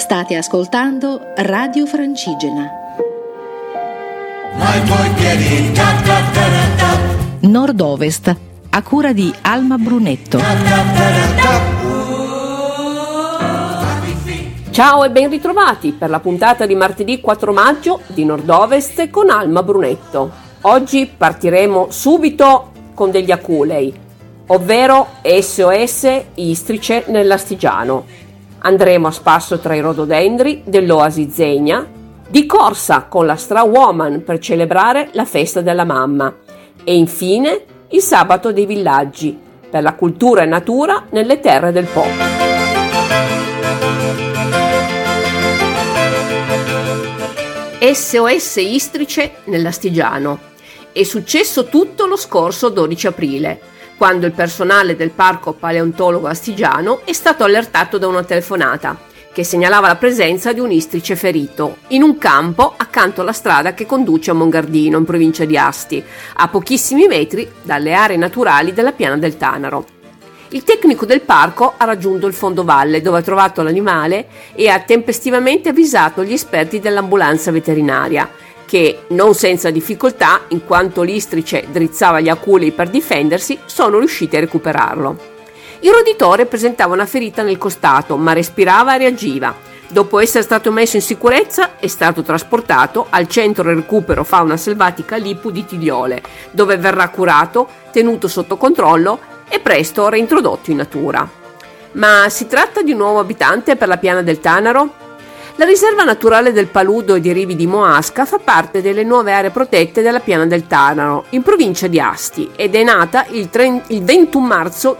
State ascoltando Radio Francigena. Nord-Ovest, a cura di Alma Brunetto. Ciao e ben ritrovati per la puntata di martedì 4 maggio di Nord-Ovest con Alma Brunetto. Oggi partiremo subito con degli aculei, ovvero SOS Istrice nell'Astigiano. Andremo a spasso tra i rododendri dell'Oasi Zegna, di corsa con la Stra Woman per celebrare la festa della mamma e infine il sabato dei villaggi per la cultura e natura nelle terre del Po. SOS Istrice nell'Astigiano. È successo tutto lo scorso 12 aprile, quando il personale del Parco Paleontologo Astigiano è stato allertato da una telefonata che segnalava la presenza di un istrice ferito in un campo accanto alla strada che conduce a Mongardino, in provincia di Asti, a pochissimi metri dalle aree naturali della Piana del Tanaro. Il tecnico del parco ha raggiunto il fondovalle dove ha trovato l'animale e ha tempestivamente avvisato gli esperti dell'ambulanza veterinaria, che, non senza difficoltà, in quanto l'istrice drizzava gli aculei per difendersi, sono riusciti a recuperarlo. Il roditore presentava una ferita nel costato, ma respirava e reagiva. Dopo essere stato messo in sicurezza, è stato trasportato al centro recupero fauna selvatica Lipu di Tigliole, dove verrà curato, tenuto sotto controllo e presto reintrodotto in natura. Ma si tratta di un nuovo abitante per la Piana del Tanaro? La riserva naturale del Paludo e dei Rivi di Moasca fa parte delle nuove aree protette della Piana del Tanaro, in provincia di Asti, ed è nata il 21 marzo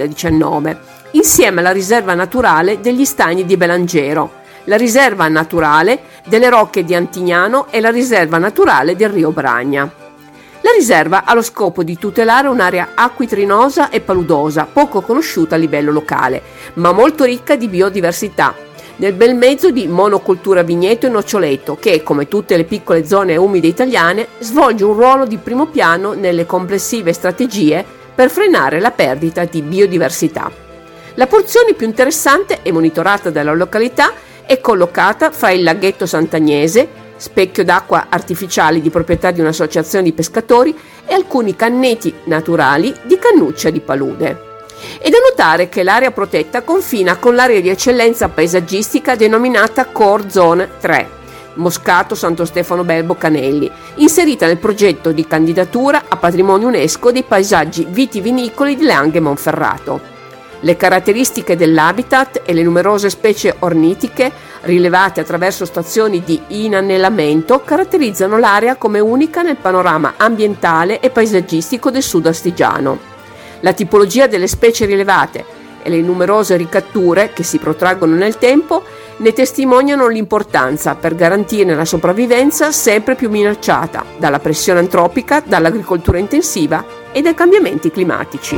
2019, insieme alla riserva naturale degli Stagni di Belangero, la riserva naturale delle Rocche di Antignano e la riserva naturale del Rio Bragna. La riserva ha lo scopo di tutelare un'area acquitrinosa e paludosa, poco conosciuta a livello locale, ma molto ricca di biodiversità, nel bel mezzo di monocultura vigneto e noccioleto che, come tutte le piccole zone umide italiane, svolge un ruolo di primo piano nelle complessive strategie per frenare la perdita di biodiversità. La porzione più interessante e monitorata dalla località è collocata fra il laghetto Sant'Agnese, specchio d'acqua artificiali di proprietà di un'associazione di pescatori, e alcuni canneti naturali di cannuccia di palude. È da notare che l'area protetta confina con l'area di eccellenza paesaggistica denominata Core Zone 3, Moscato Santo Stefano Belbo Canelli, inserita nel progetto di candidatura a patrimonio UNESCO dei paesaggi vitivinicoli di Langhe Monferrato. Le caratteristiche dell'habitat e le numerose specie ornitiche rilevate attraverso stazioni di inanellamento caratterizzano l'area come unica nel panorama ambientale e paesaggistico del sud astigiano. La tipologia delle specie rilevate e le numerose ricatture che si protraggono nel tempo ne testimoniano l'importanza per garantirne la sopravvivenza sempre più minacciata dalla pressione antropica, dall'agricoltura intensiva e dai cambiamenti climatici.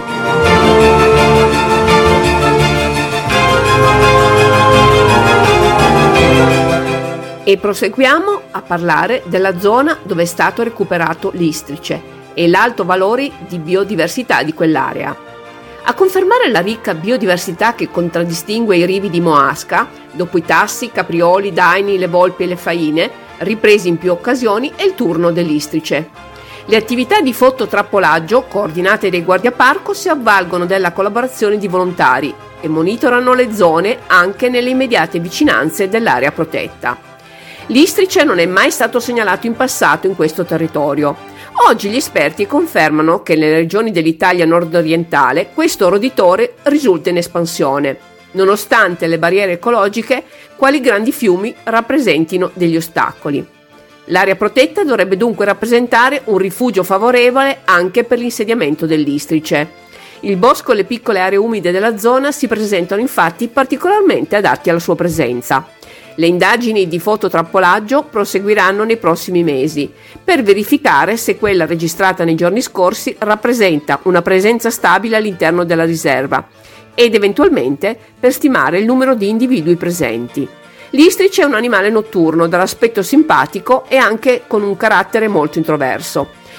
E proseguiamo a parlare della zona dove è stato recuperato l'istrice e l'alto valore di biodiversità di quell'area. A confermare la ricca biodiversità che contraddistingue i rivi di Moasca, dopo i tassi, i caprioli, i daini, le volpi e le faine, ripresi in più occasioni, è il turno dell'istrice. Le attività di fototrappolaggio, coordinate dai guardiaparco, si avvalgono della collaborazione di volontari e monitorano le zone anche nelle immediate vicinanze dell'area protetta. L'istrice non è mai stato segnalato in passato in questo territorio. Oggi gli esperti confermano che nelle regioni dell'Italia nord-orientale questo roditore risulta in espansione, nonostante le barriere ecologiche, quali grandi fiumi rappresentino degli ostacoli. L'area protetta dovrebbe dunque rappresentare un rifugio favorevole anche per l'insediamento dell'istrice. Il bosco e le piccole aree umide della zona si presentano infatti particolarmente adatti alla sua presenza. Le indagini di fototrappolaggio proseguiranno nei prossimi mesi per verificare se quella registrata nei giorni scorsi rappresenta una presenza stabile all'interno della riserva ed eventualmente per stimare il numero di individui presenti. L'istrice è un animale notturno dall'aspetto simpatico e anche con un carattere molto introverso.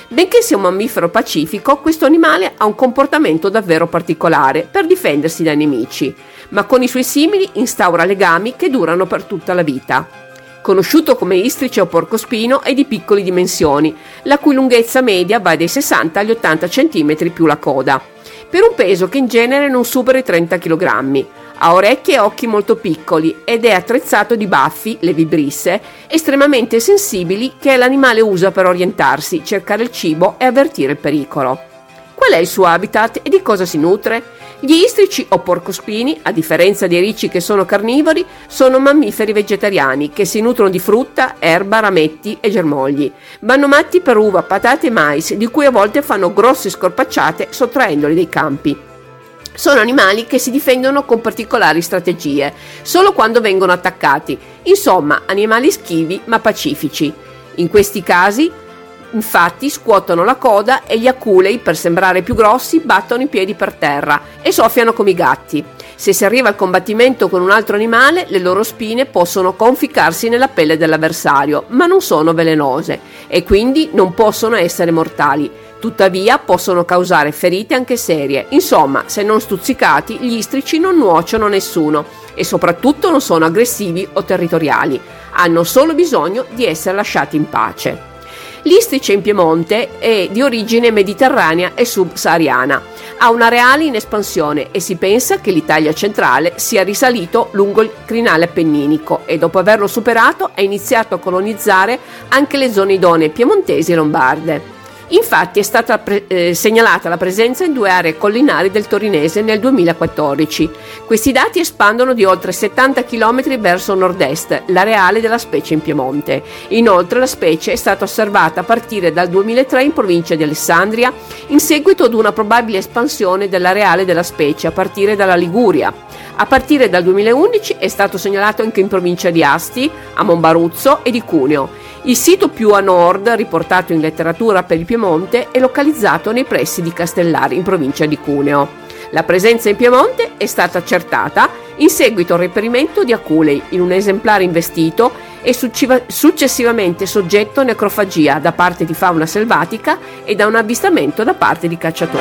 Benché sia un mammifero pacifico, questo animale ha un comportamento davvero particolare per difendersi dai nemici, ma con i suoi simili instaura legami che durano per tutta la vita. Conosciuto come istrice o porcospino, è di piccole dimensioni, la cui lunghezza media va dai 60 agli 80 cm più la coda, per un peso che in genere non supera i 30 kg. Ha orecchie e occhi molto piccoli ed è attrezzato di baffi, le vibrisse, estremamente sensibili che l'animale usa per orientarsi, cercare il cibo e avvertire il pericolo. Qual è il suo habitat e di cosa si nutre? Gli istrici o porcospini, a differenza dei ricci che sono carnivori, sono mammiferi vegetariani che si nutrono di frutta, erba, rametti e germogli. Vanno matti per uva, patate e mais, di cui a volte fanno grosse scorpacciate sottraendoli dai campi. Sono animali che si difendono con particolari strategie, solo quando vengono attaccati. Insomma, animali schivi ma pacifici. In questi casi, infatti, scuotono la coda e gli aculei, per sembrare più grossi, battono i piedi per terra e soffiano come i gatti. Se si arriva al combattimento con un altro animale, le loro spine possono conficcarsi nella pelle dell'avversario, ma non sono velenose e quindi non possono essere mortali. Tuttavia possono causare ferite anche serie. Insomma, se non stuzzicati, gli istrici non nuociono a nessuno e soprattutto non sono aggressivi o territoriali. Hanno solo bisogno di essere lasciati in pace. L'istrice in Piemonte è di origine mediterranea e subsahariana. Ha un areale in espansione e si pensa che l'Italia centrale sia risalito lungo il crinale appenninico e dopo averlo superato ha iniziato a colonizzare anche le zone idonee piemontesi e lombarde. Infatti è stata segnalata la presenza in 2 aree collinari del Torinese nel 2014. Questi dati espandono di oltre 70 km verso nord-est l'areale della specie in Piemonte. Inoltre la specie è stata osservata a partire dal 2003 in provincia di Alessandria in seguito ad una probabile espansione dell'areale della specie a partire dalla Liguria. A partire dal 2011 è stato segnalato anche in provincia di Asti, a Monbaruzzo e di Cuneo. Il sito più a nord, riportato in letteratura per il Piemonte, è localizzato nei pressi di Castellari, in provincia di Cuneo. La presenza in Piemonte è stata accertata in seguito al reperimento di aculei in un esemplare investito e successivamente soggetto a necrofagia da parte di fauna selvatica e da un avvistamento da parte di cacciatori.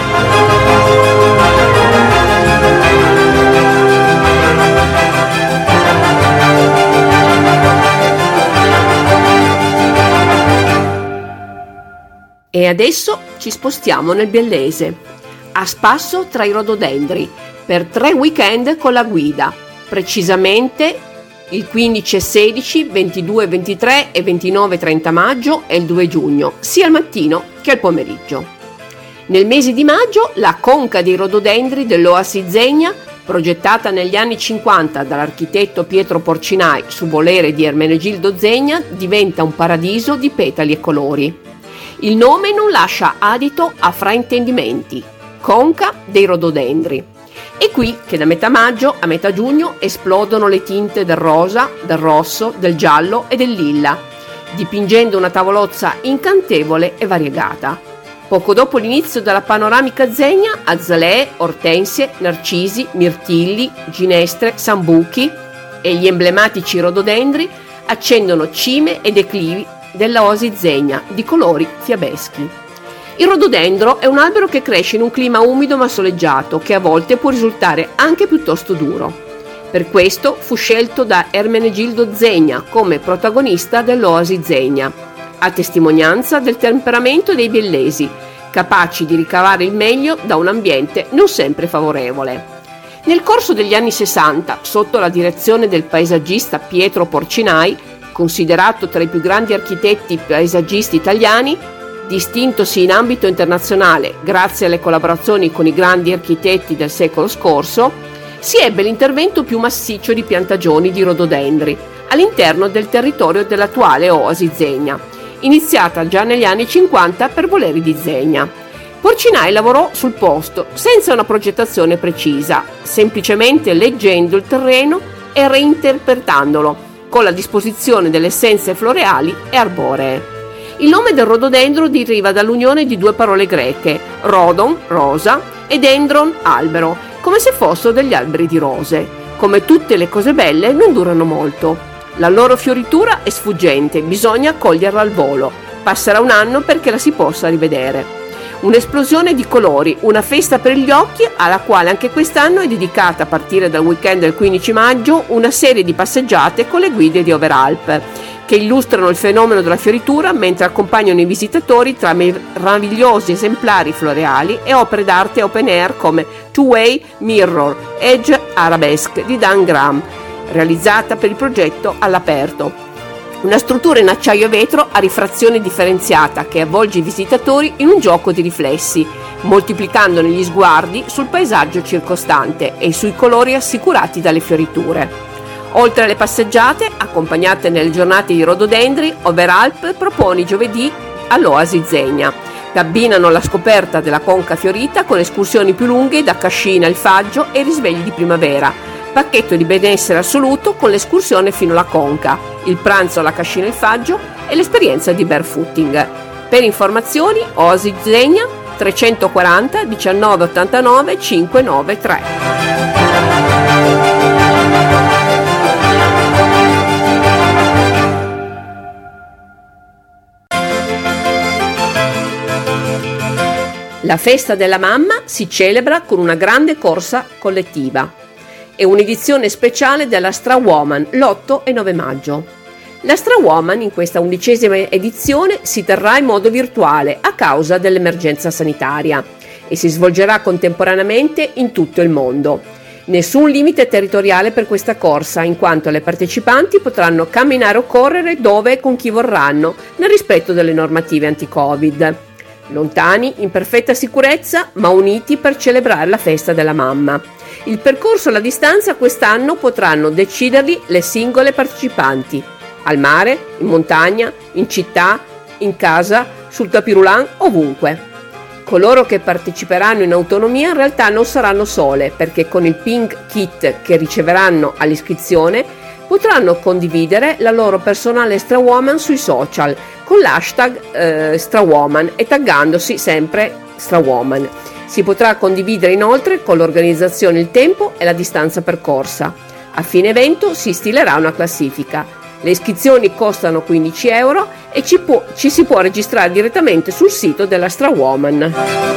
E adesso ci spostiamo nel Biellese, a spasso tra i rododendri, per 3 weekend con la guida, precisamente il 15 e 16, 22 e 23 e 29 e 30 maggio e il 2 giugno, sia al mattino che al pomeriggio. Nel mese di maggio la conca dei rododendri dell'Oasi Zegna, progettata negli anni 50 dall'architetto Pietro Porcinai su volere di Ermenegildo Zegna, diventa un paradiso di petali e colori. Il nome non lascia adito a fraintendimenti, conca dei rododendri. È qui che da metà maggio a metà giugno esplodono le tinte del rosa, del rosso, del giallo e del lilla, dipingendo una tavolozza incantevole e variegata. Poco dopo l'inizio della panoramica Zegna, azalee, ortensie, narcisi, mirtilli, ginestre, sambuchi e gli emblematici rododendri accendono cime e declivi della Oasi Zegna di colori fiabeschi. Il rododendro è un albero che cresce in un clima umido ma soleggiato, che a volte può risultare anche piuttosto duro. Per questo fu scelto da Ermenegildo Zegna come protagonista dell'Oasi Zegna, a testimonianza del temperamento dei biellesi, capaci di ricavare il meglio da un ambiente non sempre favorevole. Nel corso degli anni 60, sotto la direzione del paesaggista Pietro Porcinai, considerato tra i più grandi architetti paesaggisti italiani, distintosi in ambito internazionale grazie alle collaborazioni con i grandi architetti del secolo scorso, si ebbe l'intervento più massiccio di piantagioni di rododendri all'interno del territorio dell'attuale Oasi Zegna, iniziata già negli anni 50 per voleri di Zegna. Porcinai lavorò sul posto senza una progettazione precisa, semplicemente leggendo il terreno e reinterpretandolo, con la disposizione delle essenze floreali e arboree. Il nome del rododendro deriva dall'unione di 2 parole greche, rodon, rosa, e dendron, albero, come se fossero degli alberi di rose. Come tutte le cose belle, non durano molto. La loro fioritura è sfuggente, bisogna coglierla al volo. passerà un anno perché la si possa rivedere. Un'esplosione di colori, una festa per gli occhi alla quale anche quest'anno è dedicata, a partire dal weekend del 15 maggio, una serie di passeggiate con le guide di Overalp, che illustrano il fenomeno della fioritura mentre accompagnano i visitatori tra meravigliosi esemplari floreali e opere d'arte open air come Two Way Mirror Edge Arabesque di Dan Graham, realizzata per il progetto all'aperto. Una struttura in acciaio e vetro a rifrazione differenziata che avvolge i visitatori in un gioco di riflessi, moltiplicandone gli sguardi sul paesaggio circostante e sui colori assicurati dalle fioriture. Oltre alle passeggiate, accompagnate nelle giornate di rododendri, Overalp propone giovedì all'Oasi Zegna, che abbinano la scoperta della conca fiorita con escursioni più lunghe da Cascina il Faggio e risvegli di primavera, pacchetto di benessere assoluto con l'escursione fino alla conca, il pranzo alla Cascina il Faggio e l'esperienza di barefooting. Per informazioni Oasi Zegna 340 19 89 593. La festa della mamma si celebra con una grande corsa collettiva e un'edizione speciale della Stra Woman l'8 e 9 maggio. La Stra Woman in questa 11ª edizione si terrà in modo virtuale a causa dell'emergenza sanitaria e si svolgerà contemporaneamente in tutto il mondo. Nessun limite territoriale per questa corsa, in quanto le partecipanti potranno camminare o correre dove e con chi vorranno, nel rispetto delle normative anti-Covid. Lontani, in perfetta sicurezza, ma uniti per celebrare la festa della mamma. Il percorso e la distanza quest'anno potranno deciderli le singole partecipanti. Al mare, in montagna, in città, in casa, sul tapirulan, ovunque. Coloro che parteciperanno in autonomia in realtà non saranno sole, perché con il Pink Kit che riceveranno all'iscrizione potranno condividere la loro personale Stra Woman sui social con l'hashtag Stra Woman e taggandosi sempre Stra Woman. Si potrà condividere inoltre con l'organizzazione il tempo e la distanza percorsa. A fine evento si stilerà una classifica. Le iscrizioni costano 15 euro e ci si può registrare direttamente sul sito della Stra Woman.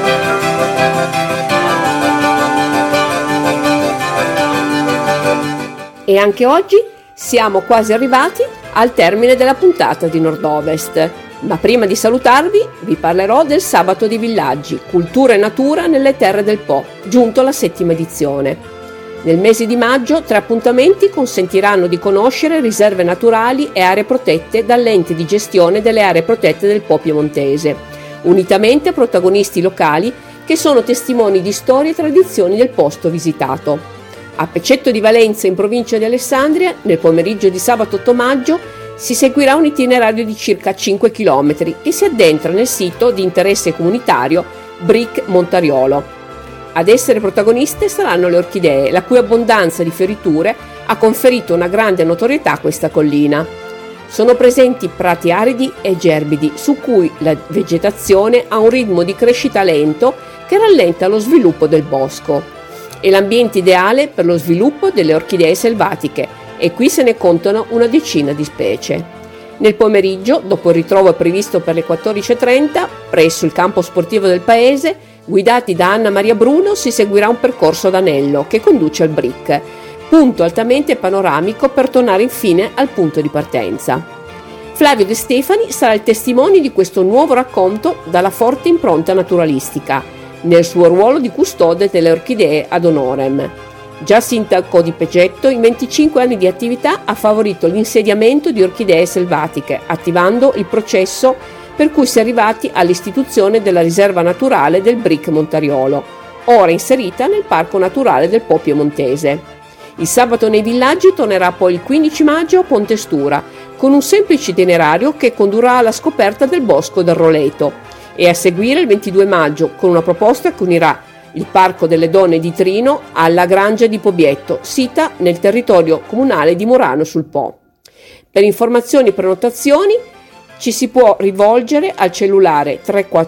E anche oggi siamo quasi arrivati al termine della puntata di Nord-Ovest, ma prima di salutarvi vi parlerò del Sabato dei Villaggi, Cultura e Natura nelle Terre del Po, giunto alla 7ª edizione. Nel mese di maggio 3 appuntamenti consentiranno di conoscere riserve naturali e aree protette dall'ente di gestione delle aree protette del Po piemontese, unitamente a protagonisti locali che sono testimoni di storie e tradizioni del posto visitato. A Pecetto di Valenza, in provincia di Alessandria, nel pomeriggio di sabato 8 maggio, si seguirà un itinerario di circa 5 km che si addentra nel sito di interesse comunitario Bric Montariolo. Ad essere protagoniste saranno le orchidee, la cui abbondanza di fioriture ha conferito una grande notorietà a questa collina. Sono presenti prati aridi e gerbidi, su cui la vegetazione ha un ritmo di crescita lento che rallenta lo sviluppo del bosco. È l'ambiente ideale per lo sviluppo delle orchidee selvatiche e qui se ne contano una decina di specie. Nel pomeriggio, dopo il ritrovo previsto per le 14:30, presso il campo sportivo del paese, guidati da Anna Maria Bruno, si seguirà un percorso ad anello che conduce al Bric, punto altamente panoramico per tornare infine al punto di partenza. Flavio De Stefani sarà il testimone di questo nuovo racconto dalla forte impronta naturalistica, nel suo ruolo di custode delle orchidee ad honorem. Già sindaco di Pecetto, in 25 anni di attività ha favorito l'insediamento di orchidee selvatiche, attivando il processo per cui si è arrivati all'istituzione della riserva naturale del Bric Montariolo, ora inserita nel Parco Naturale del Po piemontese. Il Sabato nei Villaggi tornerà poi il 15 maggio a Ponte Stura, con un semplice itinerario che condurrà alla scoperta del Bosco del Roleto, e a seguire il 22 maggio con una proposta che unirà il Parco delle Donne di Trino alla Grangia di Pobietto, sita nel territorio comunale di Murano sul Po. Per informazioni e prenotazioni ci si può rivolgere al cellulare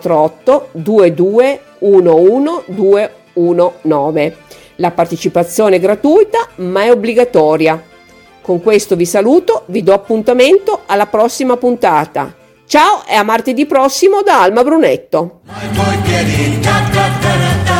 348 22 11 219. La partecipazione è gratuita ma è obbligatoria. Con questo vi saluto, vi do appuntamento alla prossima puntata. Ciao e a martedì prossimo da Alma Brunetto. Mai voi piedi,